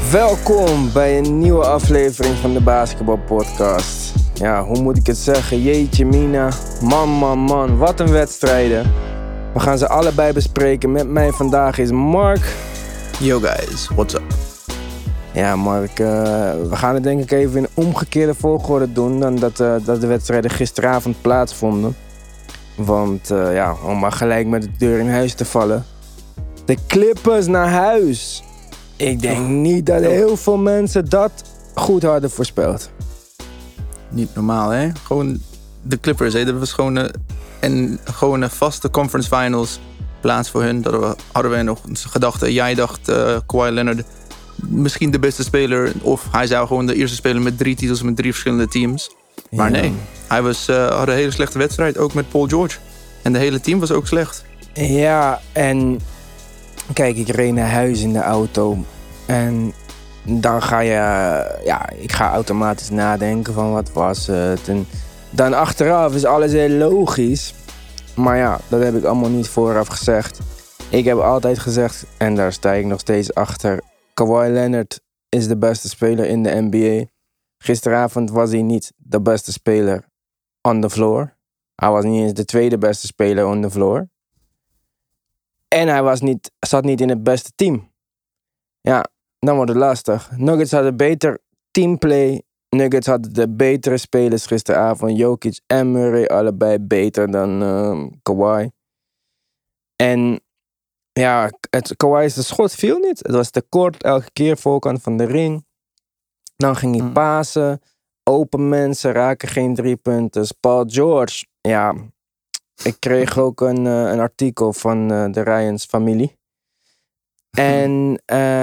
Welkom bij een nieuwe aflevering van de Basketbalpodcast. Ja, hoe moet ik het zeggen? Jeetje mina, man, wat een wedstrijden. We gaan ze allebei bespreken. Met mij vandaag is Mark. Yo guys, what's up? Ja Mark, we gaan het denk ik even in omgekeerde volgorde doen dan dat de wedstrijden gisteravond plaatsvonden. Want om maar gelijk met de deur in huis te vallen. De Clippers naar huis. Ik denk niet dat heel veel mensen dat goed hadden voorspeld. Niet normaal, hè? Gewoon de Clippers, hè? Dat was gewoon een vaste conference finals plaats voor hun. Dat hadden wij nog gedacht. Jij dacht Kawhi Leonard misschien de beste speler. Of hij zou gewoon de eerste speler met 3 titels met 3 verschillende teams. Maar nee, hij had een hele slechte wedstrijd. Ook met Paul George. En de hele team was ook slecht. Ja, en kijk, ik reed naar huis in de auto. En dan ga je... ik ga automatisch nadenken van wat was het. En dan achteraf is alles heel logisch. Maar ja, dat heb ik allemaal niet vooraf gezegd. Ik heb altijd gezegd, en daar sta ik nog steeds achter... Kawhi Leonard is de beste speler in de NBA. Gisteravond was hij niet de beste speler on the floor. Hij was niet eens de tweede beste speler on the floor. En hij zat niet in het beste team. Ja, dan wordt het lastig. Nuggets hadden beter teamplay. Nuggets hadden de betere spelers gisteravond. Jokic en Murray allebei beter dan Kawhi. En ja, Kawhi's schot viel niet. Het was te kort, elke keer voorkant van de ring. Dan ging hij pasen. Open mensen raken geen 3 punten. Paul George, ja... Ik kreeg ook een artikel van de Ryans familie. En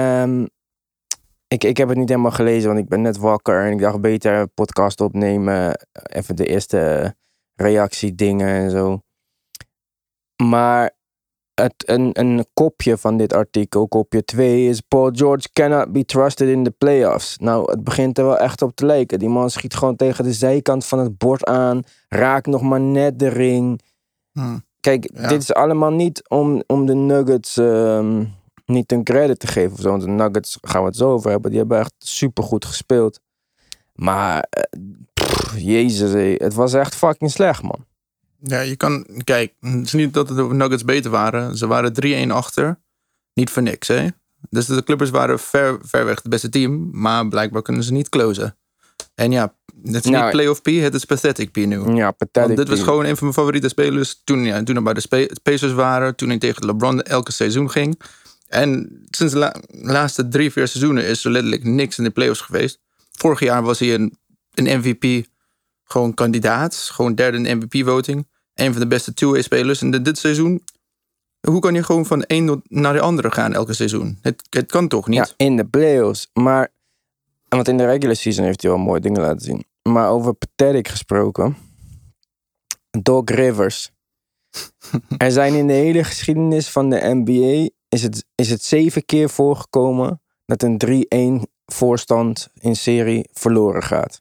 ik heb het niet helemaal gelezen, want ik ben net wakker. En ik dacht beter een podcast opnemen. Even de eerste reactiedingen en zo. Maar een kopje van dit artikel, kopje 2, is... Paul George cannot be trusted in the playoffs. Nou, het begint er wel echt op te lijken. Die man schiet gewoon tegen de zijkant van het bord aan. Raakt nog maar net de ring... Kijk, dit is allemaal niet om de Nuggets niet een credit te geven of zo. Want de Nuggets gaan we het zo over hebben. Die hebben echt supergoed gespeeld. Maar, jezus, het was echt fucking slecht, man. Ja, kijk, het is niet dat de Nuggets beter waren. Ze waren 3-1 achter. Niet voor niks, hè. Dus de Clippers waren ver weg het beste team. Maar blijkbaar kunnen ze niet closen. En ja, het is niet playoff P, het is pathetic P nu. Ja, pathetic. Want dit was gewoon een van mijn favoriete spelers toen er bij de Pacers waren. Toen hij tegen LeBron elke seizoen ging. En sinds de laatste 3-4 seizoenen is er letterlijk niks in de playoffs geweest. Vorig jaar was hij een MVP gewoon kandidaat. Gewoon derde in de MVP-voting. Een van de beste two-way spelers. En dit seizoen, hoe kan je gewoon van een naar de andere gaan elke seizoen? Het kan toch niet? Ja, in de playoffs. Maar... Want in de regular season heeft hij wel mooie dingen laten zien. Maar over pathetic gesproken. Doc Rivers. Er zijn in de hele geschiedenis van de NBA... is het 7 keer voorgekomen... dat een 3-1 voorstand in serie verloren gaat.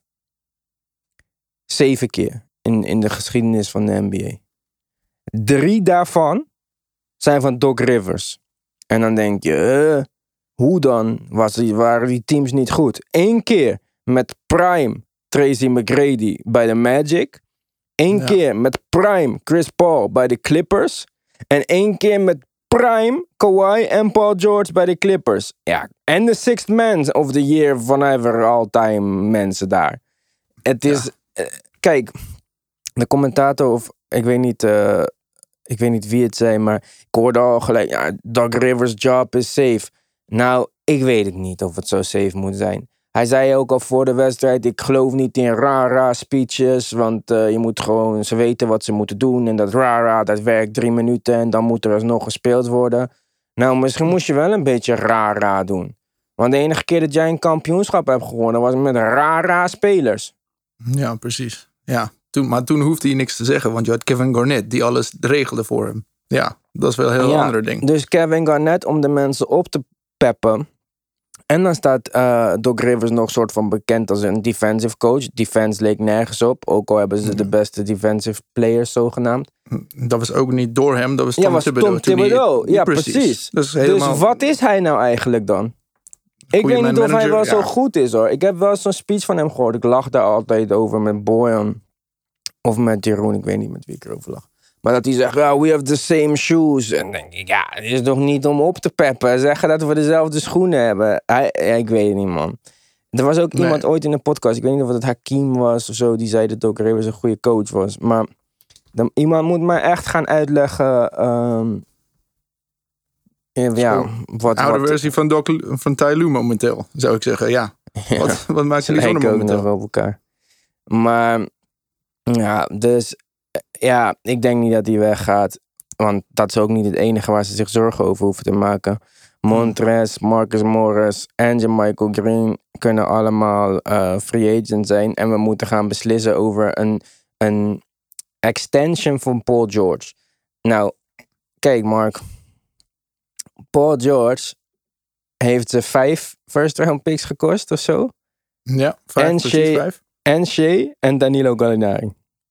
7 keer in de geschiedenis van de NBA. 3 daarvan zijn van Doc Rivers. En dan denk je... Hoe dan waren die teams niet goed? 1 keer met prime Tracy McGrady bij de Magic. 1 keer met prime Chris Paul bij de Clippers. En 1 keer met prime Kawhi en Paul George bij de Clippers. Ja, en de sixth man of the year van ever all time mensen daar. Het is... kijk, de commentator of... Ik weet niet wie het zei, maar ik hoorde al gelijk... Ja, Doc Rivers' job is safe. Nou, ik weet het niet of het zo safe moet zijn. Hij zei ook al voor de wedstrijd... ik geloof niet in ra-ra speeches... want je moet gewoon... ze weten wat ze moeten doen... en dat ra-ra, dat werkt 3 minuten... en dan moet er alsnog gespeeld worden. Nou, misschien moest je wel een beetje ra-ra doen. Want de enige keer dat jij een kampioenschap hebt gewonnen... was met ra-ra spelers. Ja, precies. Ja, maar toen hoefde hij niks te zeggen... want je had Kevin Garnett die alles regelde voor hem. Ja, dat is wel een heel ander ding. Dus Kevin Garnett om de mensen op te peppen... En dan staat Doc Rivers nog soort van bekend als een defensive coach. Defense leek nergens op. Ook al hebben ze de beste defensive players zogenaamd. Dat was ook niet door hem. Dat was Tom Thibodeau. Ja, precies. Dus helemaal... wat is hij nou eigenlijk dan? Ik weet niet of hij manager, wel zo goed is, hoor. Ik heb wel zo'n speech van hem gehoord. Ik lach daar altijd over met Boyan. Of met Jeroen, ik weet niet met wie ik erover lag. Maar dat hij zegt, ja, we have the same shoes. En dan denk ik, ja, het is toch niet om op te peppen. Zeggen dat we dezelfde schoenen hebben. Ik weet het niet, man. Er was ook iemand ooit in een podcast, ik weet niet of het Hakim was of zo, die zei dat ook Rivers een goede coach was. Maar iemand moet mij echt gaan uitleggen... wat oude versie van Ty Lue momenteel, zou ik zeggen. Ja. Wat maakt jullie zo momenteel? Nog op elkaar. Maar ja, dus ja, ik denk niet dat hij weggaat. Want dat is ook niet het enige waar ze zich zorgen over hoeven te maken. Montrez, Marcus Morris en Michael Green kunnen allemaal free agent zijn. En we moeten gaan beslissen over een extension van Paul George. Nou, kijk Mark. Paul George heeft ze 5 first round picks gekost of zo. Ja, 5. En Shea en Danilo Gallinari.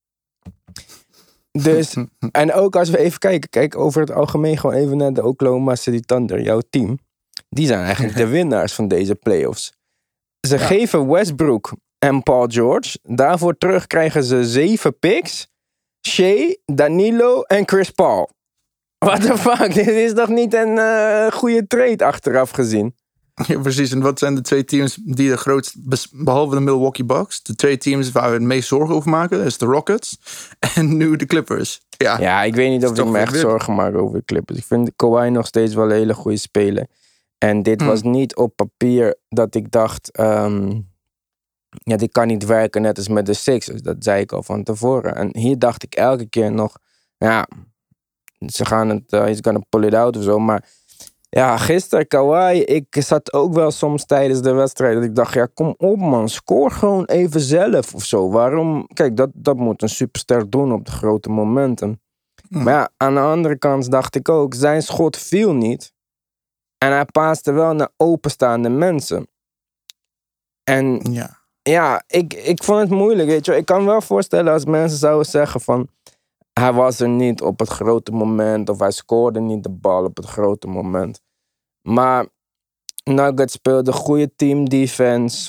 Dus, en ook als we even kijken over het algemeen gewoon even naar de Oklahoma City Thunder, jouw team. Die zijn eigenlijk de winnaars van deze playoffs. Ze geven Westbrook en Paul George. Daarvoor terug krijgen ze 7 picks. Shea, Danilo en Chris Paul. What the fuck? Dit is toch niet een goede trade achteraf gezien? Ja, precies. En wat zijn de 2 teams die de grootst, behalve de Milwaukee Bucks, de 2 teams waar we het meest zorgen over maken, is de Rockets en nu de Clippers. Ja, ik weet niet of ik me echt zorgen maak over de Clippers. Ik vind Kawhi nog steeds wel een hele goede speler. En dit was niet op papier dat ik dacht, dit kan niet werken net als met de Sixers. Dat zei ik al van tevoren. En hier dacht ik elke keer nog, ze gaan het, he's gonna pull it out of zo. Maar ja, gisteren Kawhi, ik zat ook wel soms tijdens de wedstrijd dat ik dacht, ja, kom op man, scoor gewoon even zelf of zo. Waarom? Kijk, dat moet een superster doen op de grote momenten. Maar ja, aan de andere kant dacht ik ook, zijn schot viel niet. En hij paaste wel naar openstaande mensen. En ik vond het moeilijk, weet je. Ik kan me wel voorstellen als mensen zouden zeggen van, hij was er niet op het grote moment. Of hij scoorde niet de bal op het grote moment. Maar Nuggets speelde goede team defense.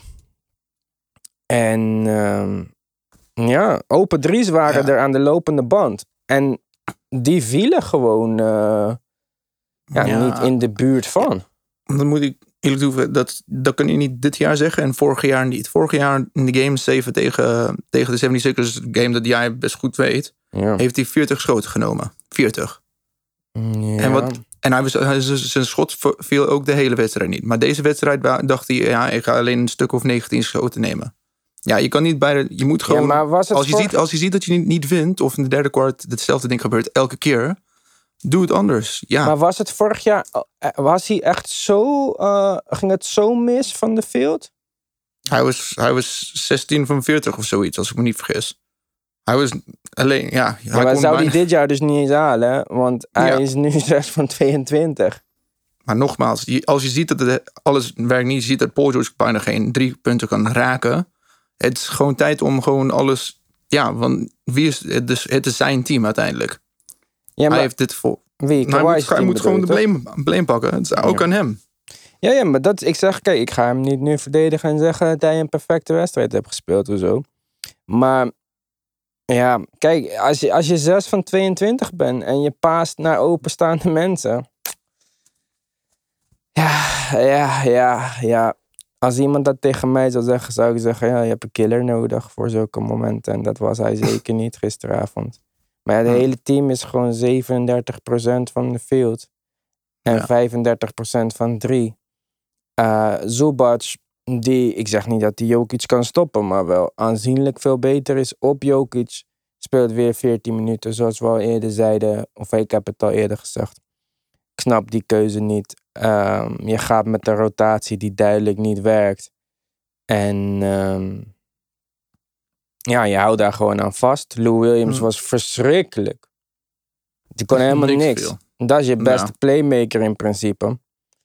En open drie's waren er aan de lopende band. En die vielen gewoon niet in de buurt van. Dan moet ik eerlijk toegeven, dat kan je niet dit jaar zeggen. En vorig jaar niet. Vorig jaar in de Game 7 tegen de 76ers, game dat jij best goed weet, heeft hij 40 schoten genomen. 40. Ja. En zijn schot viel ook de hele wedstrijd niet. Maar deze wedstrijd dacht hij, ik ga alleen een stuk of 19 schoten nemen. Ja, je kan niet je moet gewoon, als je ziet dat je niet wint, of in de derde kwart hetzelfde ding gebeurt elke keer, doe het anders. Ja. Maar was het vorig jaar, was hij echt zo, ging het zo mis van de field? Hij was 16 van 40 of zoiets, als ik me niet vergis. Hij was alleen, maar zou hij dit jaar dus niet eens halen, hè? Want hij is nu 6 van 22. Maar nogmaals, als je ziet dat alles werkt niet, je ziet dat Paul George bijna geen 3 punten kan raken. Het is gewoon tijd om gewoon alles, want wie is het? Dus het is zijn team uiteindelijk. Ja, maar hij heeft dit voor. Hij moet gewoon de blame pakken. Het is ook aan hem. Ja, maar ik zeg, kijk, ik ga hem niet nu verdedigen en zeggen dat hij een perfecte wedstrijd heeft gespeeld of zo. Maar ja, kijk, als je 6 van 22 bent en je paast naar openstaande mensen. Ja. Als iemand dat tegen mij zou zeggen, zou ik zeggen, je hebt een killer nodig voor zulke momenten. En dat was hij zeker niet gisteravond. Maar het hele team is gewoon 37% van de field. En 35% van 3. Zubac, ik zeg niet dat hij Jokic kan stoppen, maar wel aanzienlijk veel beter is op Jokic. Speelt weer 14 minuten, zoals we al eerder zeiden. Of ik heb het al eerder gezegd. Ik snap die keuze niet. Je gaat met een rotatie die duidelijk niet werkt. En je houdt daar gewoon aan vast. Lou Williams was verschrikkelijk. Die kon helemaal niks. Dat is je beste playmaker in principe.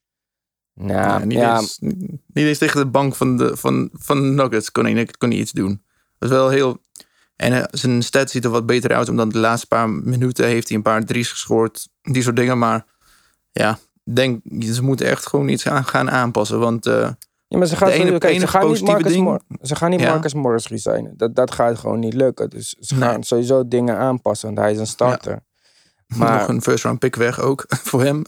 Niet eens tegen de bank van Nuggets kon hij iets doen. Dat is wel heel. En zijn stat ziet er wat beter uit, omdat de laatste paar minuten heeft hij een paar drie's gescoord. Die soort dingen. Maar denk, ze moeten echt gewoon iets gaan aanpassen. Want Ja, maar ze gaan niet Marcus Morris resignen. Dat gaat gewoon niet lukken. Dus ze gaan sowieso dingen aanpassen. Want hij is een starter. Ja. Maar nog een first round pick weg ook voor hem.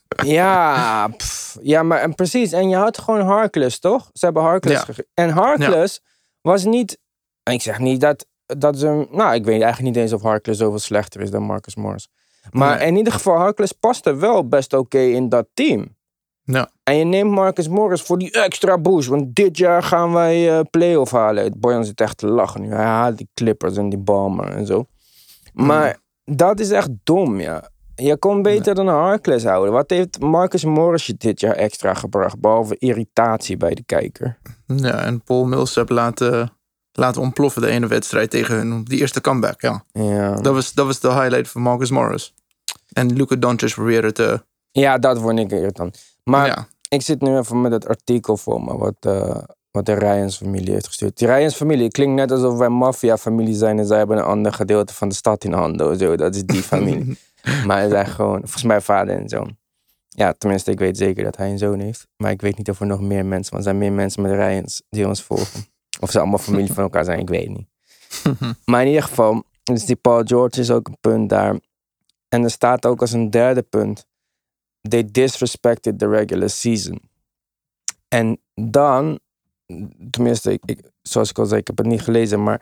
Ja, maar en precies. En je had gewoon Harkless, toch? Ze hebben Harkless en Harkless was niet... Ik zeg niet dat ze... Nou, ik weet eigenlijk niet eens of Harkless zoveel slechter is dan Marcus Morris. Maar in ieder geval, Harkless paste wel best oké in dat team. Ja. En je neemt Marcus Morris voor die extra boost. Want dit jaar gaan wij playoff halen. Boyan zit echt te lachen nu. Hij haalt die Clippers en die Balmer en zo. Maar dat is echt dom, ja. Je kon beter dan een Harkless houden. Wat heeft Marcus Morris je dit jaar extra gebracht? Behalve irritatie bij de kijker. Ja, en Paul Millsap laten ontploffen de ene wedstrijd tegen hun. Die eerste comeback, ja. Dat was de highlight van Marcus Morris. En Luka Doncic proberen te... Ja, dat word ik irritant. Maar ik zit nu even met het artikel voor me. Wat de Ryans-familie heeft gestuurd. Die Ryans-familie klinkt net alsof wij maffia-familie zijn. En zij hebben een ander gedeelte van de stad in handen. Zo, dat is die familie. Maar het zijn gewoon, volgens mij vader en zoon. Ja, tenminste, ik weet zeker dat hij een zoon heeft. Maar ik weet niet of er nog meer mensen... Want er zijn meer mensen met Ryans die ons volgen. Of ze allemaal familie van elkaar zijn, ik weet niet. Maar in ieder geval, dus die Paul George is ook een punt daar. En er staat ook als een derde punt... They disrespected the regular season. En dan... Tenminste, zoals ik al zei, ik heb het niet gelezen, maar...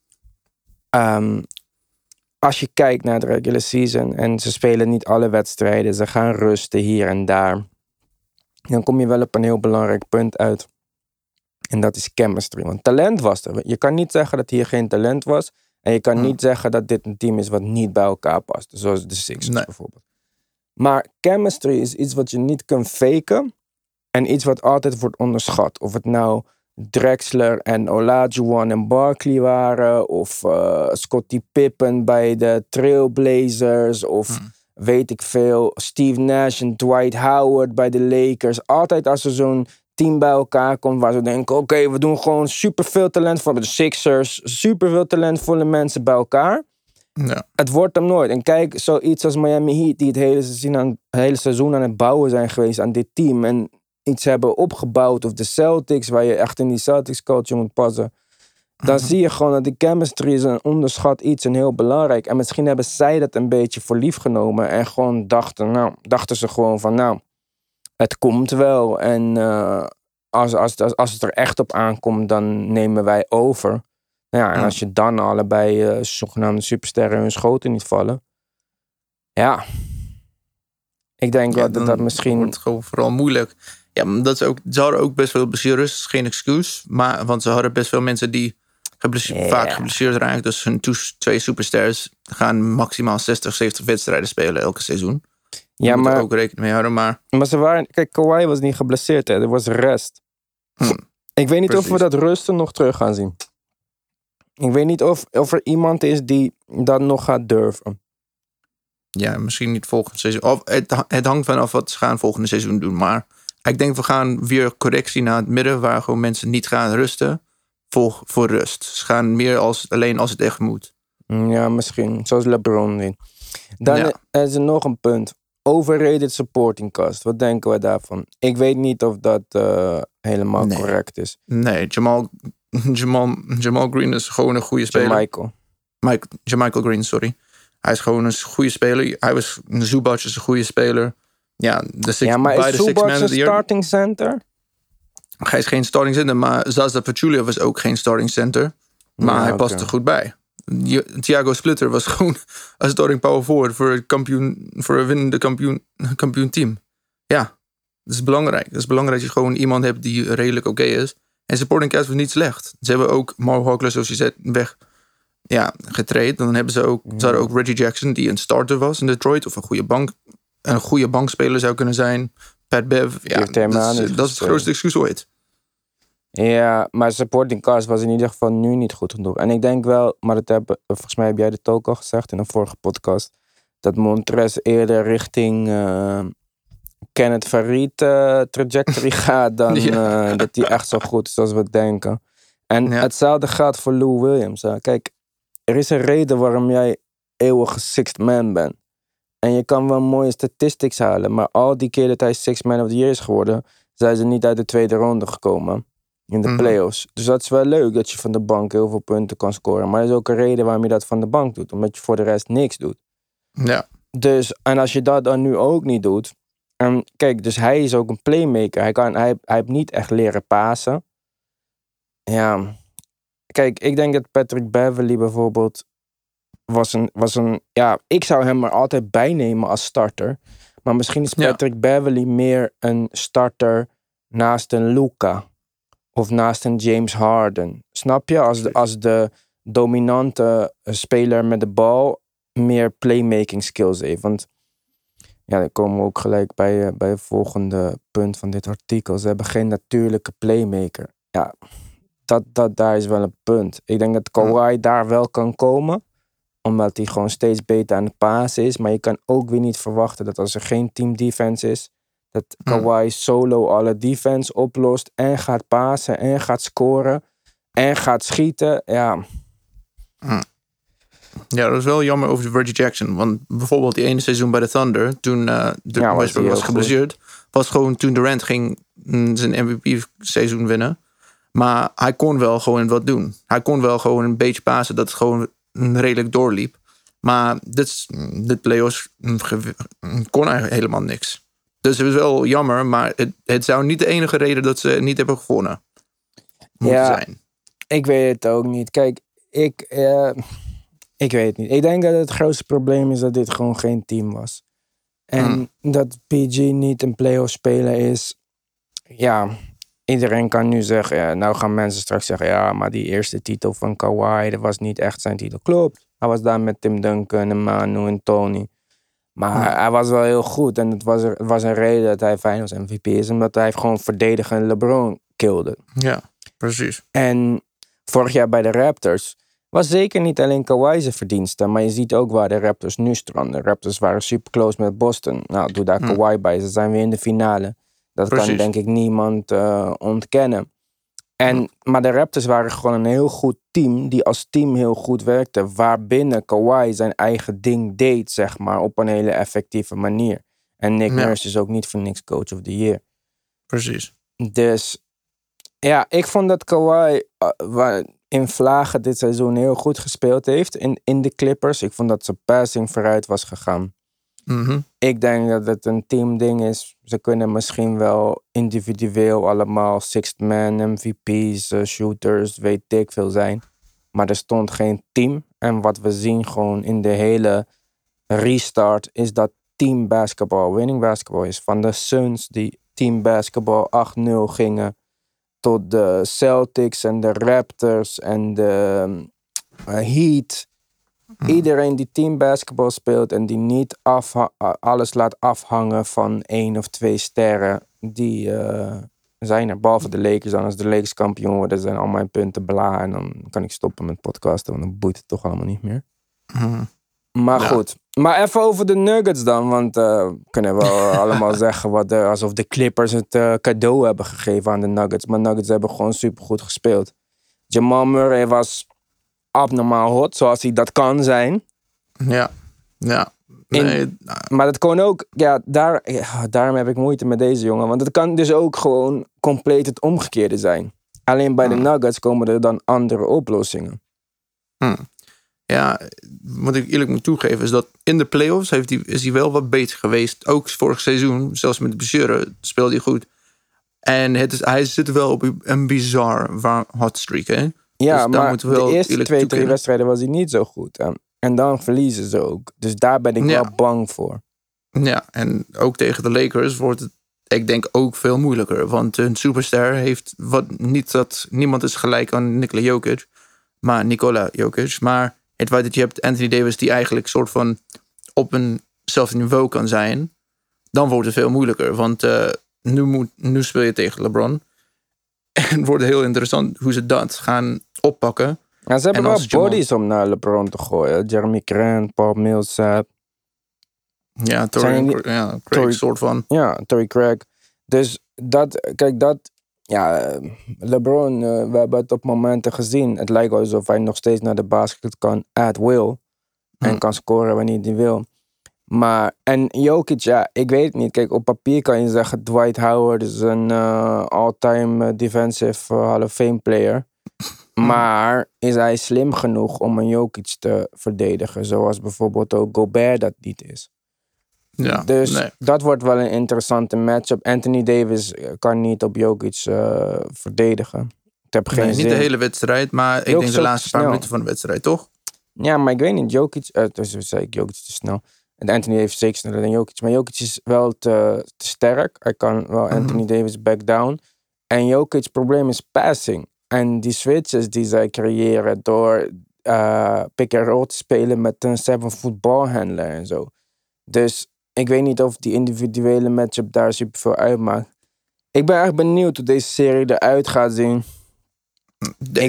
als je kijkt naar de regular season en ze spelen niet alle wedstrijden, ze gaan rusten hier en daar, dan kom je wel op een heel belangrijk punt uit. En dat is chemistry. Want talent was er. Je kan niet zeggen dat hier geen talent was. En je kan niet zeggen dat dit een team is wat niet bij elkaar past. Zoals de Sixers bijvoorbeeld. Maar chemistry is iets wat je niet kunt faken. En iets wat altijd wordt onderschat. Of het nou Drexler en Olajuwon en Barkley waren. Of Scottie Pippen bij de Trailblazers. Of weet ik veel. Steve Nash en Dwight Howard bij de Lakers. Altijd als er zo'n team bij elkaar komt waar ze denken... Oké, we doen gewoon superveel talentvolle... De Sixers, superveel talentvolle mensen bij elkaar. Ja. Het wordt hem nooit. En kijk, zoiets als Miami Heat... die het hele seizoen aan het bouwen zijn geweest aan dit team... en iets hebben opgebouwd. Of de Celtics, waar je echt in die Celtics culture moet passen. Dan zie je gewoon dat die chemistry is een onderschat iets en heel belangrijk. En misschien hebben zij dat een beetje voor lief genomen. En gewoon dachten ze gewoon van het komt wel. En als het er echt op aankomt, dan nemen wij over. Ja, en als je dan allebei zogenaamde supersterren hun schoten niet vallen. Ja. Ik denk dat misschien... wordt het gewoon vooral moeilijk. Ja, dat is ook, ze hadden ook best veel blessures. Is geen excuus. Want ze hadden best veel mensen die vaak geblesseerd raken. Dus hun twee superstars gaan maximaal 60, 70 wedstrijden spelen elke seizoen. Daar moet er ook rekening mee houden. Maar ze waren... Kijk, Kawhi was niet geblesseerd. Hè. Er was rest. Ik weet niet of we dat rusten nog terug gaan zien. Ik weet niet of er iemand is die dat nog gaat durven. Ja, misschien niet volgend seizoen. Of het hangt vanaf wat ze gaan volgende seizoen doen. Maar ik denk we gaan weer correctie naar het midden... waar gewoon mensen niet gaan rusten voor rust. Ze gaan meer alleen als het echt moet. Ja, misschien. Zoals LeBron. Dan is er nog een punt. Overrated supporting cast. Wat denken we daarvan? Ik weet niet of dat helemaal correct is. Nee, Jamal Green is gewoon een goede speler. Jamichael Green, sorry. Hij is gewoon een goede speler. Zubac is een goede speler. Ja, maar is Zubac een starting center? Hij is geen starting center, maar Zaza Pachulia was ook geen starting center. Maar hij past er goed bij. Thiago Splitter was gewoon een starting power forward voor een winnende kampioen team. Ja, dat is belangrijk. Het is belangrijk dat je gewoon iemand hebt die redelijk oké is. En supporting cast was niet slecht. Ze hebben ook Mo Harkless, zoals je zei, getraind. Dan hebben ze hadden ook Reggie Jackson, die een starter was in Detroit. Of een goede bankspeler zou kunnen zijn. Pat Bev. Ja, dat is het grootste excuus ooit. Ja, maar supporting cast was in ieder geval nu niet goed genoeg. En ik denk wel, maar volgens mij heb jij het ook al gezegd in een vorige podcast, dat Montrez eerder richting Kenneth Faried trajectory gaat dan dat hij echt zo goed is als we denken. En hetzelfde gaat voor Lou Williams. Kijk, er is een reden waarom jij eeuwige sixth man bent. En je kan wel mooie statistics halen. Maar al die keer dat hij Sixth Man of the Year is geworden, zijn ze niet uit de tweede ronde gekomen. In de playoffs. Dus dat is wel leuk dat je van de bank heel veel punten kan scoren. Maar er is ook een reden waarom je dat van de bank doet. Omdat je voor de rest niks doet. Ja. Dus, en als je dat dan nu ook niet doet. En kijk, dus hij is ook een playmaker. Hij heeft niet echt leren pasen. Ja. Kijk, ik denk dat Patrick Beverley bijvoorbeeld was een ja, ik zou hem er altijd bij nemen als starter. Maar misschien is Patrick Beverley meer een starter naast een Luka. Of naast een James Harden. Snap je? Als de dominante speler met de bal meer playmaking skills heeft. Want ja, dan komen we ook gelijk bij het volgende punt van dit artikel. Ze hebben geen natuurlijke playmaker. Ja, daar is wel een punt. Ik denk dat Kawhi daar wel kan komen. Omdat hij gewoon steeds beter aan het pasen is. Maar je kan ook weer niet verwachten dat als er geen team defense is, dat Kawhi solo alle defense oplost en gaat pasen en gaat scoren en gaat schieten. Ja. Ja, dat is wel jammer over Reggie Jackson. Want bijvoorbeeld die ene seizoen bij de Thunder, toen Westbrook was geblesseerd, was gewoon toen Durant ging zijn MVP-seizoen winnen. Maar hij kon wel gewoon wat doen. Hij kon wel gewoon een beetje pasen dat het gewoon redelijk doorliep. Maar dit playoffs kon eigenlijk helemaal niks. Dus het is wel jammer, maar het zou niet de enige reden dat ze niet hebben gewonnen moeten zijn. Ik weet het ook niet. Kijk, ik weet het niet. Ik denk dat het grootste probleem is dat dit gewoon geen team was. En dat PG niet een playoff speler is. Ja, iedereen kan nu zeggen, ja, nou gaan mensen straks zeggen, ja, maar die eerste titel van Kawhi, dat was niet echt zijn titel. Klopt. Hij was daar met Tim Duncan en Manu en Tony. Maar hij was wel heel goed. En het was een reden dat hij Finals MVP is. Omdat hij gewoon verdedigend LeBron killde. Ja, precies. En vorig jaar bij de Raptors was zeker niet alleen Kawhi zijn verdienste. Maar je ziet ook waar de Raptors nu stranden. De Raptors waren super close met Boston. Nou, doe daar Kawhi bij. Ze zijn weer in de finale. Dat kan denk ik niemand ontkennen. Maar de Raptors waren gewoon een heel goed team die als team heel goed werkte. Waarbinnen Kawhi zijn eigen ding deed, zeg maar, op een hele effectieve manier. En Nick Nurse is ook niet voor niks coach of the year. Precies. Dus ja, ik vond dat Kawhi in vlagen dit seizoen heel goed gespeeld heeft in de Clippers. Ik vond dat zijn passing vooruit was gegaan. Ik denk dat het een teamding is. Ze kunnen misschien wel individueel allemaal sixth man, MVP's, shooters, weet ik veel zijn. Maar er stond geen team. En wat we zien gewoon in de hele restart is dat team basketball, winning basketball is. Van de Suns die team basketball 8-0 gingen tot de Celtics en de Raptors en de Heat. Iedereen die team basketball speelt en die niet alles laat afhangen van 1 of 2 sterren, die zijn er. Behalve de Lakers. Dan als de Lakers kampioen worden, zijn al mijn punten bla. En dan kan ik stoppen met podcasten, want dan boeit het toch allemaal niet meer. Maar goed. Maar even over de Nuggets dan. Want kunnen we allemaal zeggen alsof de Clippers het cadeau hebben gegeven aan de Nuggets. Maar Nuggets hebben gewoon supergoed gespeeld. Jamal Murray was abnormaal hot, zoals hij dat kan zijn. Ja. Maar dat kon ook, daarom heb ik moeite met deze jongen. Want het kan dus ook gewoon compleet het omgekeerde zijn. Alleen bij de Nuggets komen er dan andere oplossingen. Ja, wat ik eerlijk moet toegeven is dat in de playoffs is hij wel wat beter geweest. Ook vorig seizoen, zelfs met de blessure, speelde hij goed. En hij zit wel op een bizar hot streak, hè? Ja, dus maar de eerste 2-3 wedstrijden was hij niet zo goed. En dan verliezen ze ook. Dus daar ben ik wel bang voor. Ja, en ook tegen de Lakers wordt het, ik denk, ook veel moeilijker. Want een superster heeft niemand is gelijk aan Nikola Jokic. Maar het feit dat je hebt Anthony Davis die eigenlijk soort van op eenzelfde niveau kan zijn, dan wordt het veel moeilijker. Want nu speel je tegen LeBron. En het wordt heel interessant hoe ze dat gaan oppakken. Ja, ze hebben wel bodies om naar LeBron te gooien. Jeremy Grant, Paul Millsap. Ja, Craig soort van. Ja, Torrey Craig. Dus LeBron, we hebben het op momenten gezien. Het lijkt alsof hij nog steeds naar de basket kan at will. En kan scoren wanneer hij wil. En Jokic, ja, ik weet het niet. Kijk, op papier kan je zeggen Dwight Howard is een all-time defensive Hall of Fame player. Maar is hij slim genoeg om een Jokic te verdedigen? Zoals bijvoorbeeld ook Gobert dat niet is. Ja, Dus dat wordt wel een interessante matchup. Anthony Davis kan niet op Jokic verdedigen. Ik heb geen zin. Niet de hele wedstrijd, maar ik denk de laatste paar minuten van de wedstrijd, toch? Ja, maar ik weet niet. Jokic, dus zei ik Jokic te snel. En Anthony Davis is zeker sneller dan Jokic. Maar Jokic is wel te sterk. Hij kan wel Anthony Davis back down. En Jokic's probleem is passing. En die switches die zij creëren door pick-and-roll te spelen met een 7-foot ballhandler en zo. Dus ik weet niet of die individuele matchup daar super veel uitmaakt. Ik ben echt benieuwd hoe deze serie eruit gaat zien. Denk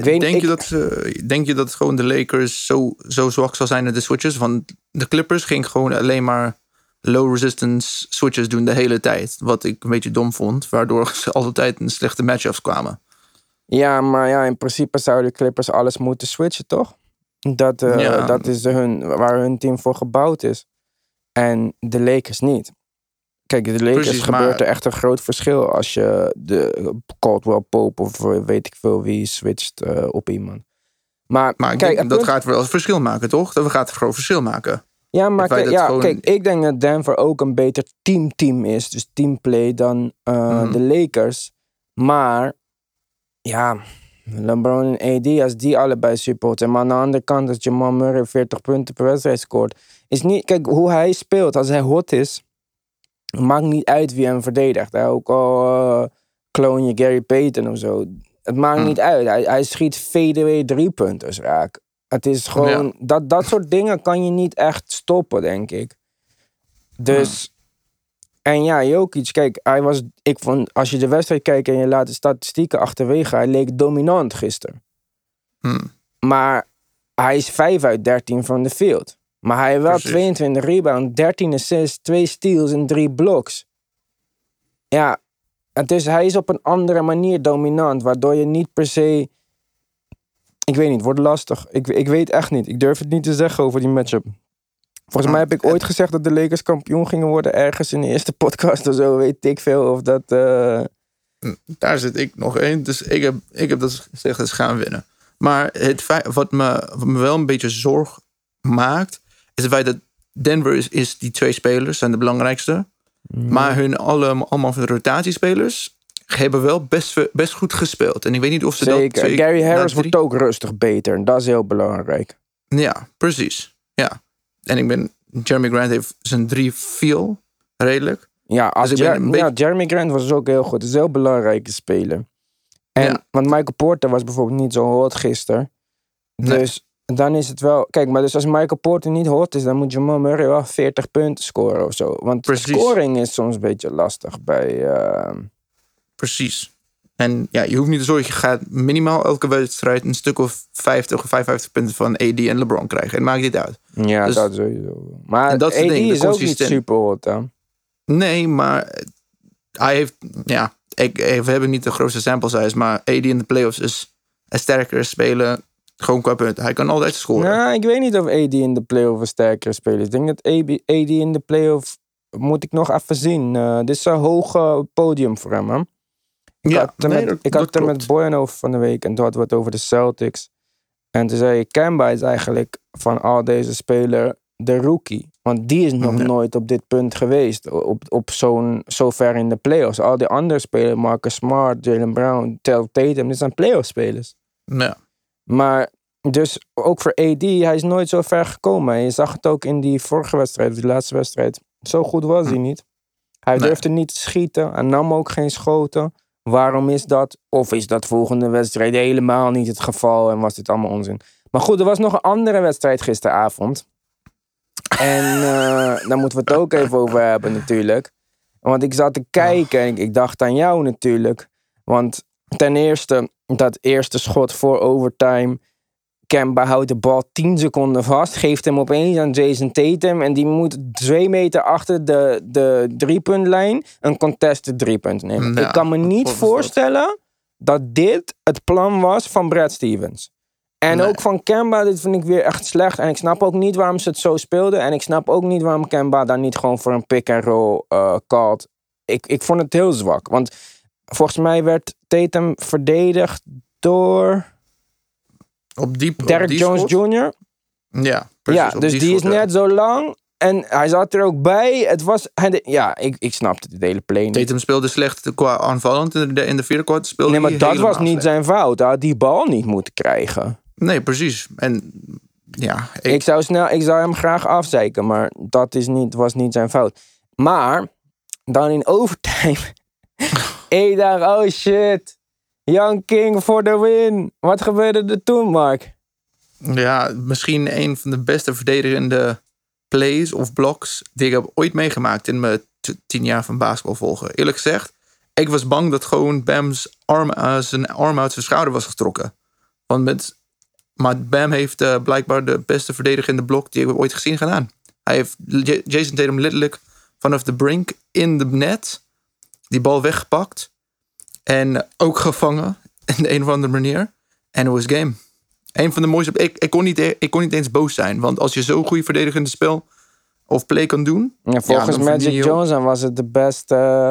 je dat gewoon de Lakers zo zwak zal zijn in de switches? Want de Clippers ging gewoon alleen maar low resistance switches doen de hele tijd. Wat ik een beetje dom vond. Waardoor ze altijd in slechte matchups kwamen. Ja, maar ja, in principe zouden de Clippers alles moeten switchen, toch? Dat is waar hun team voor gebouwd is. En de Lakers niet. Kijk, de Lakers gebeurt er echt een groot verschil als je de Caldwell Pope of weet ik veel wie switcht op iemand. Maar kijk, dat gaat wel een verschil maken, toch? Dat gaat een groot verschil maken. Ja, maar kijk, ik denk dat Denver ook een beter team is. Dus teamplay dan de Lakers. Maar ja, LeBron en AD, als die allebei supporten. Maar aan de andere kant, als Jamal Murray 40 punten per wedstrijd scoort. Is niet, kijk, hoe hij speelt, als hij hot is, maakt niet uit wie hem verdedigt. Ook al kloon je Gary Payton of zo. Het maakt niet uit. Hij schiet fadeaway 3-punters raak. Het is gewoon, dat soort dingen kan je niet echt stoppen, denk ik. Dus, en ja, Jokic, kijk, ik vond, als je de wedstrijd kijkt en je laat de statistieken achterwege, hij leek dominant gisteren. Maar hij is 5 uit 13 van de field. Maar hij heeft wel 22 rebounds, 13 assists, 2 steals en 3 blocks. Ja, hij is op een andere manier dominant, waardoor je niet per se... Ik weet niet, wordt lastig. Ik weet echt niet. Ik durf het niet te zeggen over die matchup. Volgens mij heb ik ooit gezegd dat de Lakers kampioen gingen worden ergens in de eerste podcast of zo. Weet ik veel of dat... Daar zit ik nog in. Dus ik heb dat gezegd dat ze gaan winnen. Maar het feit, wat me wel een beetje zorg maakt, is het feit dat Denver is die 2 spelers zijn de belangrijkste. Maar hun allemaal van de rotatiespelers hebben wel best goed gespeeld. En ik weet niet of ze zeker. Dat... Gary Harris wordt ook rustig beter. En dat is heel belangrijk. Ja, precies. Ja. En Jeremy Grant heeft zijn 3 viel redelijk. Ja, Jeremy Grant was ook heel goed. Het is een heel belangrijke speler. Want Michael Porter was bijvoorbeeld niet zo hot gisteren. Dus dan is het wel... Kijk, maar dus als Michael Porter niet hot is, dan moet Jamal Murray wel 40 punten scoren of zo. Want scoring is soms een beetje lastig bij... Precies. En ja, je hoeft niet te zorgen, je gaat minimaal elke wedstrijd een stuk of 50 of 55 punten van AD en LeBron krijgen. Het maakt niet uit. Ja, dus, dat sowieso. Maar dat AD is ook niet super hot dan. Nee, maar hij heeft... Ja, we hebben niet de grootste sample size, maar AD in de playoffs is een sterker spelen. Gewoon qua punten. Hij kan altijd scoren. Nou, ik weet niet of AD in de playoff een sterker speler is. Ik denk dat AD in de playoff moet ik nog even zien. Dit is een hoog podium voor hem, hè? Ik had het met Boyan over van de week en toen hadden we het over de Celtics. En toen zei je, Kemba is eigenlijk van al deze spelers de rookie. Want die is nog nooit op dit punt geweest. Op zo ver in de playoffs. Al die andere spelers, Marcus Smart, Jaylen Brown, Tatum, dit zijn playoff spelers. Ja. Maar dus ook voor AD, hij is nooit zo ver gekomen. En je zag het ook in die vorige wedstrijd, die laatste wedstrijd. Zo goed was hij niet. Hij durfde niet te schieten. Hij nam ook geen schoten. Waarom is dat? Of is dat volgende wedstrijd helemaal niet het geval en was dit allemaal onzin? Maar goed, er was nog een andere wedstrijd gisteravond. En daar moeten we het ook even over hebben natuurlijk. Want ik zat te kijken en ik dacht aan jou natuurlijk. Want ten eerste, dat eerste schot voor overtime. Kemba houdt de bal 10 seconden vast. Geeft hem opeens aan Jason Tatum. En die moet 2 meter achter de driepuntlijn een contested driepunt nemen. Ja, ik kan me niet voorstellen dat dit het plan was van Brad Stevens. En Nee. ook van Kemba, dit vind ik weer echt slecht. En ik snap ook niet waarom ze het zo speelden. En ik snap ook niet waarom Kemba dan niet gewoon voor een pick-and-roll called. Ik vond het heel zwak. Want volgens mij werd Tatum verdedigd door Op die Derrick Jones spot? Jr. Ja, precies, Ja, op dus die is spot, ja. net zo lang. En hij zat er ook bij. Het was... Ik snapte de hele play niet. Tatum speelde slecht qua aanvallend. In de vierde kwart speelde Nee, maar hij dat was helemaal niet slecht. zijn fout. Hij had die bal niet moeten krijgen. Nee, precies. En ja, Ik zou hem graag afzeiken, maar was niet zijn fout. Maar, dan in overtime. Ik dacht, oh shit. Young King voor de win. Wat gebeurde er toen, Mark? Ja, misschien een van de beste verdedigende plays of blocks die ik heb ooit meegemaakt in mijn 10 jaar van basketbal volgen. Eerlijk gezegd, ik was bang dat gewoon Bam's zijn arm uit zijn schouder was getrokken. Maar Bam heeft blijkbaar de beste verdedigende blok die ik ooit gezien gedaan. Hij heeft Jason Tatum letterlijk vanaf de brink in de net die bal weggepakt en ook gevangen in de een of andere manier. En het was game. Een van de mooiste. Ik kon niet eens boos zijn. Want als je zo'n goede verdedigende spel of play kan doen. Ja, volgens dan verdien Magic je Jones dan was het de beste...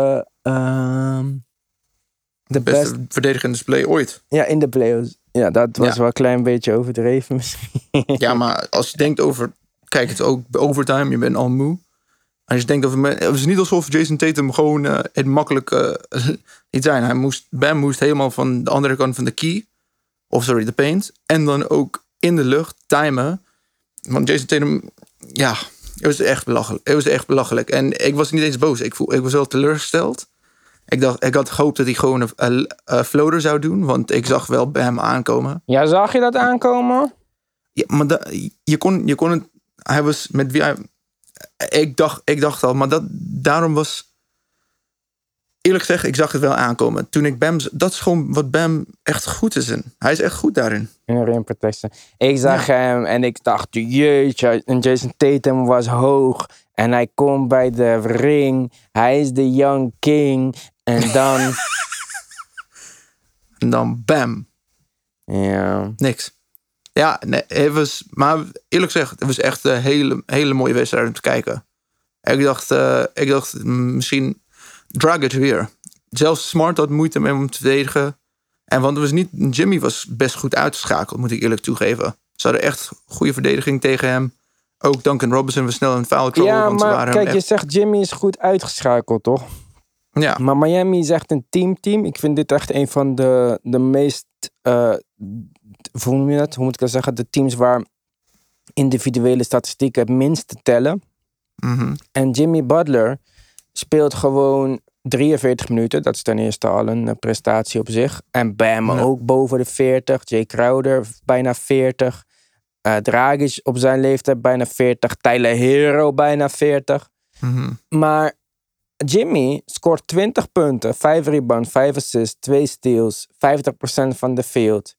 de beste verdedigende play ooit. Ja, in de playoffs. Ja, dat was Ja. wel een klein beetje overdreven misschien. Ja, maar als je denkt over... Kijk, het is ook overtime. Je bent al moe. Als je denkt over... Het is niet alsof Jason Tatum gewoon het makkelijk niet zijn. Bam moest helemaal van de andere kant van de key. Of sorry, de paint. En dan ook in de lucht timen. Want Jason Tatum... Ja, het was echt belachelijk. Het was echt belachelijk. En ik was niet eens boos. Ik was wel teleurgesteld. Ik had gehoopt dat hij gewoon een floater zou doen. Want ik zag wel Bam aankomen. Ja, zag je dat aankomen? Ja, maar je kon het... Hij was met wie hij... Ik dacht al, maar daarom was... Eerlijk gezegd, ik zag het wel aankomen. Toen ik Bam... Dat is gewoon wat Bam echt goed is in. Hij is echt goed daarin. In rim protection. Ik zag hem en ik dacht, jeetje, en Jason Tatum was hoog. En hij komt bij de ring. Hij is de Young King. En dan... En dan Bam. ja. Niks. Ja, nee, het was... Maar eerlijk gezegd, het was echt een hele mooie wedstrijd om te kijken. Ik dacht misschien... Dragic weer. Zelfs Smart had moeite met hem te verdedigen. En want het was niet... Jimmy was best goed uitgeschakeld, moet ik eerlijk toegeven. Ze hadden echt goede verdediging tegen hem. Ook Duncan Robinson was snel in foul trouble. Ja, want ze maar waren kijk, hem je echt... zegt Jimmy is goed uitgeschakeld, toch? Ja, Maar Miami is echt een team. Ik vind dit echt een van de meest... hoe noem je dat? Hoe moet ik dat zeggen? De teams waar individuele statistieken het minst tellen. mhm. En Jimmy Butler speelt gewoon 43 minuten. Dat is ten eerste al een prestatie op zich. En Bam Ja. ook boven de 40. Jay Crowder bijna 40. Dragic op zijn leeftijd bijna 40. Tyler Hero bijna 40. Mhm. Maar Jimmy scoort 20 punten, 5 rebounds, 5 assists, 2 steals, 50% van de field.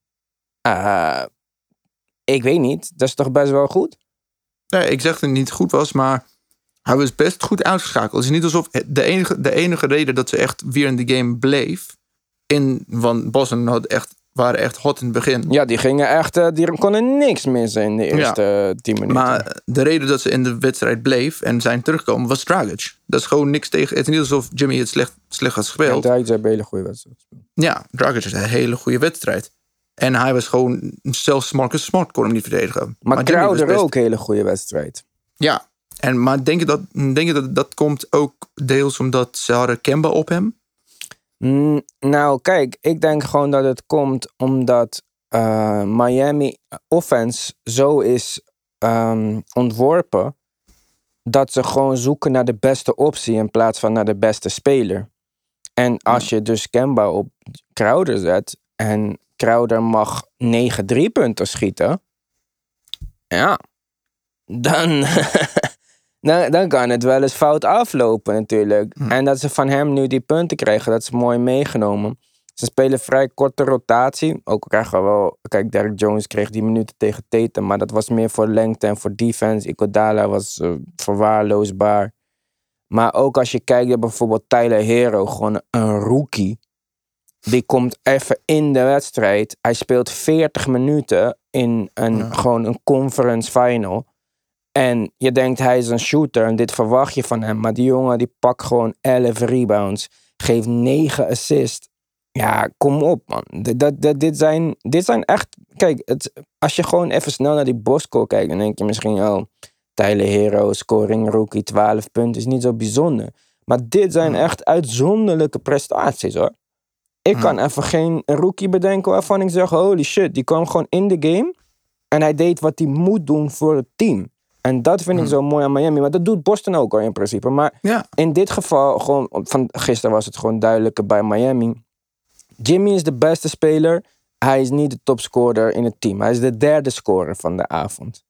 Ik weet niet, dat is toch best wel goed? Nee, ik zeg dat het niet goed was, maar hij was best goed uitgeschakeld. Het is niet alsof de enige reden dat ze echt weer in de game bleef... Want Boston waren echt hot in het begin. Ja, die gingen echt, die konden niks missen in de eerste 10 minuten. Maar de reden dat ze in de wedstrijd bleef en zijn teruggekomen was Dragic. Dat is gewoon niks tegen... Het is niet alsof Jimmy het slecht had gespeeld. Ja, Dragic heeft een hele goede wedstrijd gespeeld. Ja, Dragic is een hele goede wedstrijd. En hij was gewoon... Zelfs Marcus Smart kon hem niet verdedigen. Maar Jimmy was Crowder best- ook een hele goede wedstrijd. Ja, maar denk je dat dat komt ook deels omdat ze hadden Kemba op hem? Nou, kijk, ik denk gewoon dat het komt omdat Miami offense zo is ontworpen dat ze gewoon zoeken naar de beste optie in plaats van naar de beste speler. En als je dus Kemba op Crowder zet en Crowder mag 9 3-punten schieten, ja, dan dan kan het wel eens fout aflopen natuurlijk. En dat ze van hem nu die punten krijgen, dat is mooi meegenomen. Ze spelen vrij korte rotatie. Ook krijgen we wel... Kijk, Derrick Jones kreeg die minuten tegen Tatum, maar dat was meer voor lengte en voor defense. Iguodala was verwaarloosbaar. Maar ook als je kijkt naar bijvoorbeeld Tyler Hero, gewoon een rookie. die komt even in de wedstrijd. Hij speelt 40 minuten in gewoon een conference final. En je denkt hij is een shooter en dit verwacht je van hem. Maar die jongen die pakt gewoon 11 rebounds. Geeft 9 assists. Ja, kom op man. Dit zijn echt... Kijk, als je gewoon even snel naar die boxscore kijkt... dan denk je misschien... Tyler Hero, scoring rookie, 12 punten. Is niet zo bijzonder. Maar dit zijn echt uitzonderlijke prestaties hoor. Ik kan even geen rookie bedenken waarvan ik zeg... holy shit, die kwam gewoon in de game... en hij deed wat hij moet doen voor het team. En dat vind ik zo mooi aan Miami. Maar dat doet Boston ook al in principe. Maar in dit geval, gewoon van gisteren was het gewoon duidelijker bij Miami. Jimmy is de beste speler. Hij is niet de topscorer in het team. Hij is de derde scorer van de avond.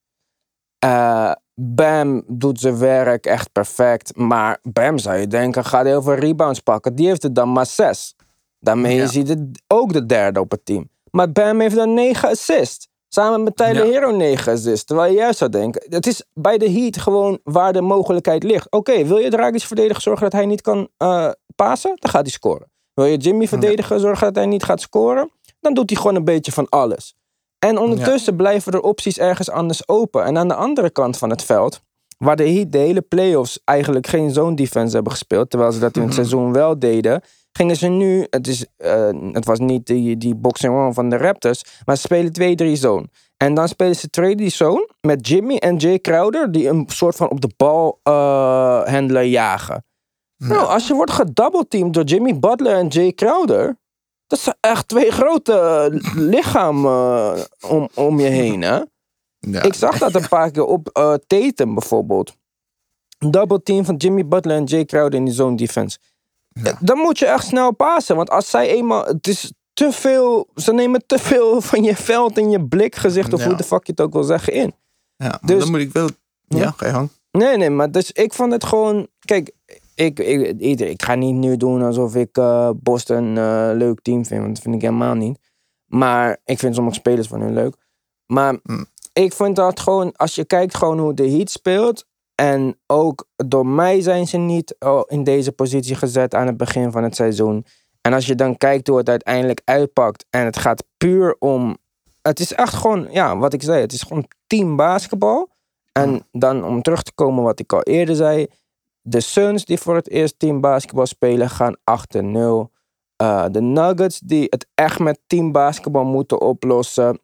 Bam doet zijn werk echt perfect. Maar Bam zou je denken, gaat heel veel rebounds pakken. Die heeft er dan maar 6. Daarmee is hij ook de derde op het team. Maar Bam heeft dan 9 assists. Samen met Tyler Hero 9 assists. Terwijl je juist zou denken, het is bij de Heat gewoon waar de mogelijkheid ligt. Oké, wil je Dragic verdedigen, zorgen dat hij niet kan passen? Dan gaat hij scoren. Wil je Jimmy verdedigen, zorgen dat hij niet gaat scoren? Dan doet hij gewoon een beetje van alles. En ondertussen blijven er opties ergens anders open. En aan de andere kant van het veld, waar de Heat de hele playoffs eigenlijk geen zone defense hebben gespeeld, terwijl ze dat in het seizoen wel deden, gingen ze nu, het was niet die boxing one van de Raptors, maar ze spelen 2-3 zone. En dan spelen ze 2-3 zone met Jimmy en Jay Crowder, die een soort van op de bal handler jagen. Nou, als je wordt gedoubleteamd door Jimmy Butler en Jay Crowder, dat zijn echt 2 grote lichamen om je heen, hè? Ja. Ik zag dat een paar keer op Tatum bijvoorbeeld. Een double team van Jimmy Butler en Jay Crowder in die zone defense. Ja. Dan moet je echt snel passen. Want als zij eenmaal... Het is te veel... Ze nemen te veel van je veld en je blikgezicht, of hoe de fuck je het ook wil zeggen, in. Ja, dus, dan moet ik wel... Ja, ga je gang. Nee, maar dus ik vond het gewoon... Kijk, ik ga niet nu doen alsof ik Boston een leuk team vind. Want dat vind ik helemaal niet. Maar ik vind sommige spelers van hun leuk. Maar ik vind dat gewoon... Als je kijkt gewoon hoe de Heat speelt... En ook door mij zijn ze niet in deze positie gezet aan het begin van het seizoen. En als je dan kijkt hoe het uiteindelijk uitpakt... En het gaat puur om... Het is echt gewoon... Ja, wat ik zei. Het is gewoon team basketbal. En dan om terug te komen wat ik al eerder zei... De Suns die voor het eerst team basketbal spelen gaan 8-0. De Nuggets die het echt met team basketbal moeten oplossen...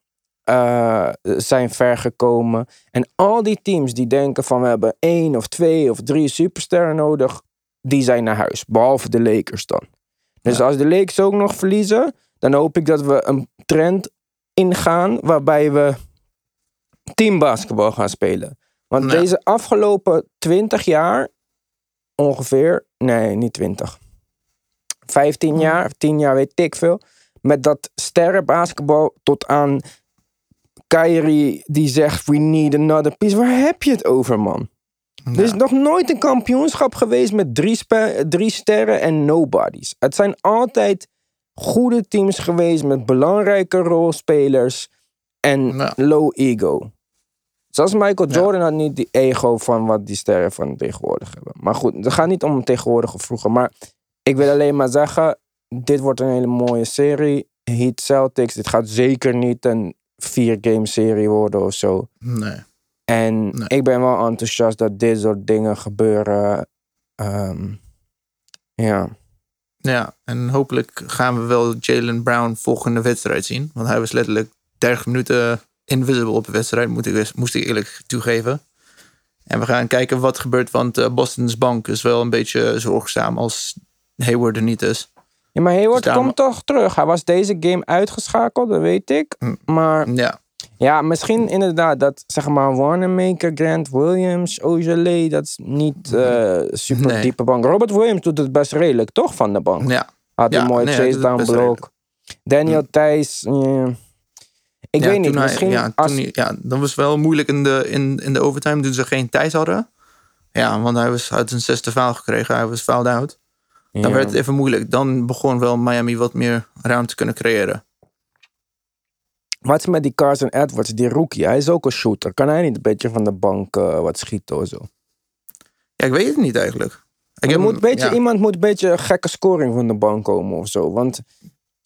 zijn ver gekomen. En al die teams die denken van... we hebben 1 of 2 of 3 supersterren nodig... die zijn naar huis. Behalve de Lakers dan. Dus als de Lakers ook nog verliezen... dan hoop ik dat we een trend ingaan... waarbij we team basketbal gaan spelen. Want deze afgelopen 20 jaar... ongeveer... Nee, niet 20. 15 jaar, 10 jaar weet ik veel... met dat sterrenbasketbal tot aan... Kyrie die zegt, we need another piece. Waar heb je het over, man? Ja. Er is nog nooit een kampioenschap geweest met 3 sterren en nobodies. Het zijn altijd goede teams geweest met belangrijke rolspelers en low ego. Zelfs Michael Jordan had niet die ego van wat die sterren van tegenwoordig hebben. Maar goed, het gaat niet om tegenwoordig of vroeger. Maar ik wil alleen maar zeggen, dit wordt een hele mooie serie. Heat Celtics, dit gaat zeker niet een 4-game serie worden of zo. Nee. En ik ben wel enthousiast dat dit soort dingen gebeuren. Ja, en hopelijk gaan we wel Jaylen Brown volgende wedstrijd zien. Want hij was letterlijk 30 minuten invisible op de wedstrijd, moest ik eerlijk toegeven. En we gaan kijken wat gebeurt, want Boston's bank is wel een beetje zorgzaam als Hayward er niet is. Ja, maar Hayward komt toch terug. Hij was deze game uitgeschakeld, dat weet ik. Maar ja, misschien inderdaad dat, zeg maar, Wanamaker, Grant Williams, Ojeley, dat is niet super diepe bank. Robert Williams doet het best redelijk, toch, van de bank? Ja. Had een mooie chase down block. Daniel Theis, ik weet niet, misschien... dan was het wel moeilijk in de overtime toen ze geen Theis hadden. Ja, want hij had een 6e foul gekregen. Hij was fouled out. Dan werd het even moeilijk. Dan begon wel Miami wat meer ruimte te kunnen creëren. Wat is met die Carson Edwards, die rookie? Hij is ook een shooter. Kan hij niet een beetje van de bank wat schieten of zo? Ja, ik weet het niet eigenlijk. Iemand moet een beetje gekke scoring van de bank komen of zo. Want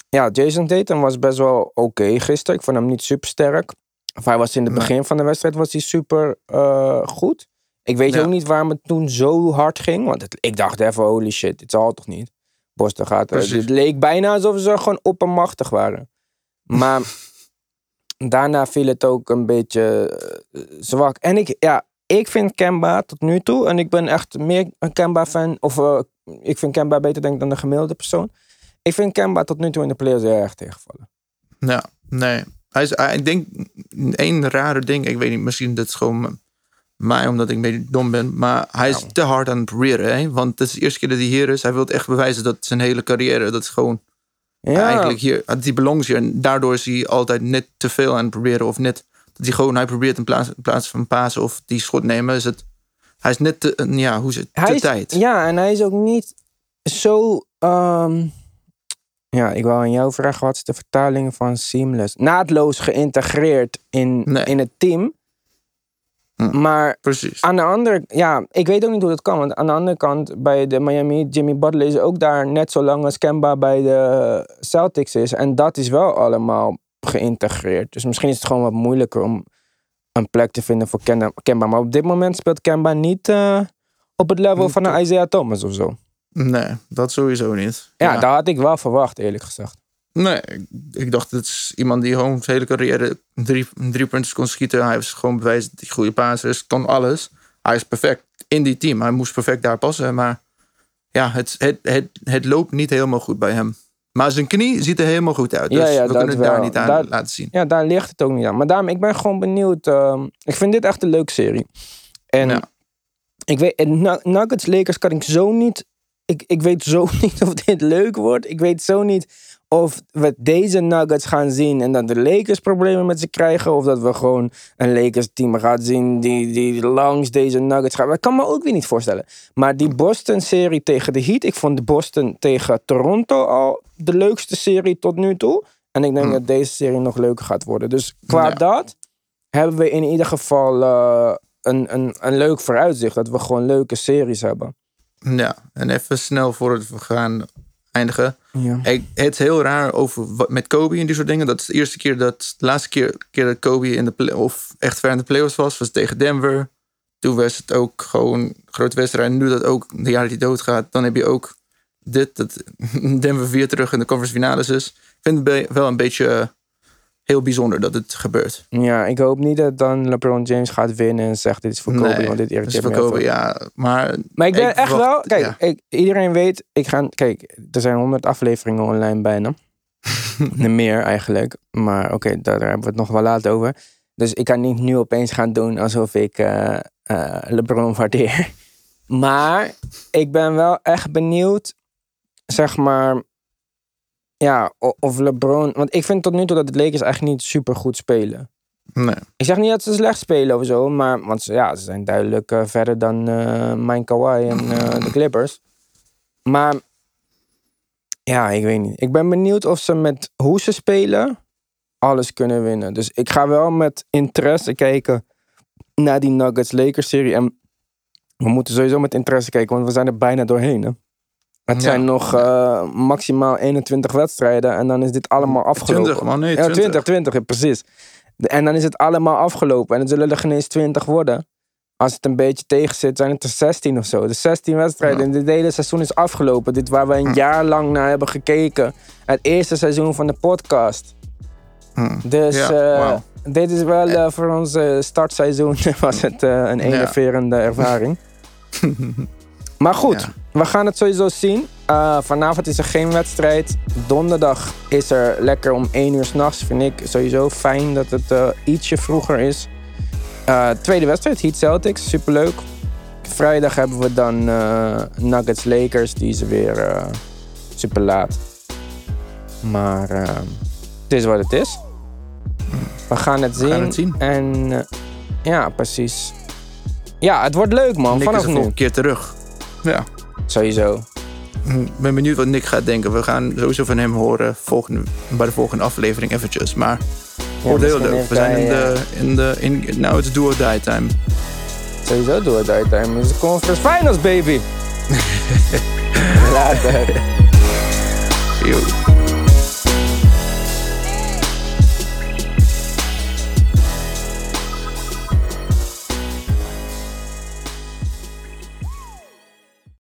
Ja, Jason Tatum was best wel oké gisteren. Ik vond hem niet super sterk. Of hij was in het begin van de wedstrijd was hij super goed. Ik weet ook niet waarom het toen zo hard ging. Want ik dacht even, holy shit, dit zal toch niet. Boston gaat... Het leek bijna alsof ze gewoon oppermachtig waren. Maar daarna viel het ook een beetje zwak. En ik vind Kemba tot nu toe... En ik ben echt meer een Kemba-fan. Of ik vind Kemba beter denk ik dan de gemiddelde persoon. Ik vind Kemba tot nu toe in de playoffs heel erg tegenvallen. Ja, nee. Ik denk, één rare ding... Ik weet niet, misschien dat is gewoon mij omdat ik een beetje dom ben. Maar hij is te hard aan het proberen. Hè? Want het is de eerste keer dat hij hier is. Hij wil echt bewijzen dat zijn hele carrière... Dat is gewoon eigenlijk hier... Die belongs hier. En daardoor is hij altijd net te veel aan het proberen. Of net dat hij probeert in plaats van pasen of die schot nemen. Is het... Hij is net te tijd. Ja, en hij is ook niet zo... ik wou aan jou vragen, wat is de vertaling van seamless? Naadloos geïntegreerd in het team. Maar precies. Aan de andere... Ja, ik weet ook niet hoe dat kan. Want aan de andere kant, bij de Miami, Jimmy Butler is ook daar net zo lang als Kemba bij de Celtics is. En dat is wel allemaal geïntegreerd. Dus misschien is het gewoon wat moeilijker om een plek te vinden voor Kemba. Maar op dit moment speelt Kemba niet op het level van een Isaiah Thomas of zo. Nee, dat sowieso niet. Ja, dat had ik wel verwacht, eerlijk gezegd. Nee, ik dacht, het is iemand die gewoon zijn hele carrière drie punten kon schieten. Hij heeft gewoon bewezen dat hij goede passer is. Kan alles. Hij is perfect in die team. Hij moest perfect daar passen. Maar ja, het loopt niet helemaal goed bij hem. Maar zijn knie ziet er helemaal goed uit. Dus we kunnen het daar niet aan laten zien. Ja, daar ligt het ook niet aan. Maar daarom, ik ben gewoon benieuwd. Ik vind dit echt een leuke serie. En ik weet, Nuggets Lakers kan ik zo niet... Ik weet zo niet of dit leuk wordt. Ik weet zo niet of we deze Nuggets gaan zien en dat de Lakers problemen met ze krijgen. Of dat we gewoon een Lakers team gaan zien die langs deze Nuggets gaat. Dat kan me ook weer niet voorstellen. Maar die Boston-serie tegen de Heat. Ik vond de Boston tegen Toronto al de leukste serie tot nu toe. En ik denk dat deze serie nog leuker gaat worden. Dus qua dat hebben we in ieder geval een leuk vooruitzicht. Dat we gewoon leuke series hebben. Ja, en even snel voordat we gaan eindigen. Ja. Het is heel raar met Kobe en die soort dingen. Dat is de eerste keer de laatste keer dat Kobe in de echt ver in de playoffs was tegen Denver. Toen was het ook gewoon een grote wedstrijd. En nu dat ook de jaar dat hij doodgaat, dan heb je ook dat Denver weer terug in de conference finales is. Ik vind het wel een beetje heel bijzonder dat het gebeurt. Ja, ik hoop niet dat dan LeBron James gaat winnen en zegt dit is voor Kobe, want dit irriteert me. Voor Kobe, ja. Maar ik ben echt wel... Kijk, iedereen weet... er zijn 100 afleveringen online bijna. Meer eigenlijk. Maar oké, daar hebben we het nog wel later over. Dus ik kan niet nu opeens gaan doen alsof ik LeBron waardeer. Maar ik ben wel echt benieuwd, zeg maar... Ja, of LeBron... Want ik vind tot nu toe dat de Lakers eigenlijk niet super goed spelen. Nee. Ik zeg niet dat ze slecht spelen of zo, maar... Want ze zijn duidelijk verder dan mijn Kawhi en de Clippers. Maar... Ja, ik weet niet. Ik ben benieuwd of ze met hoe ze spelen alles kunnen winnen. Dus ik ga wel met interesse kijken naar die Nuggets-Lakers-serie. En we moeten sowieso met interesse kijken, want we zijn er bijna doorheen, hè? Het zijn nog maximaal 21 wedstrijden en dan is dit allemaal afgelopen. 20 man, nee, 20. Ja, 20, precies. En dan is het allemaal afgelopen en het zullen er geen eens 20 worden. Als het een beetje tegen zit, zijn het er 16 of zo. Dus 16 wedstrijden en dit hele seizoen is afgelopen. Dit waar we een jaar lang naar hebben gekeken. Het eerste seizoen van de podcast. Dus dit is wel voor ons startseizoen was het een enerverende ervaring. Maar goed, we gaan het sowieso zien. Vanavond is er geen wedstrijd. Donderdag is er lekker om 1 uur 's nachts. Vind ik sowieso fijn dat het ietsje vroeger is. Tweede wedstrijd, Heat Celtics. Superleuk. Vrijdag hebben we dan Nuggets Lakers. Die is weer super laat. Maar het is wat het is. We gaan het zien. En ja, precies. Ja, het wordt leuk, man. Nick vanaf is de volgende keer terug. Ja. Sowieso. Ik ben benieuwd wat Nick gaat denken. We gaan sowieso van hem horen bij de volgende aflevering eventjes. Maar wordt heel leuk. We zijn nou, het is do or die time. Sowieso do or die time. Het is de conference finals, baby. Later. Yo.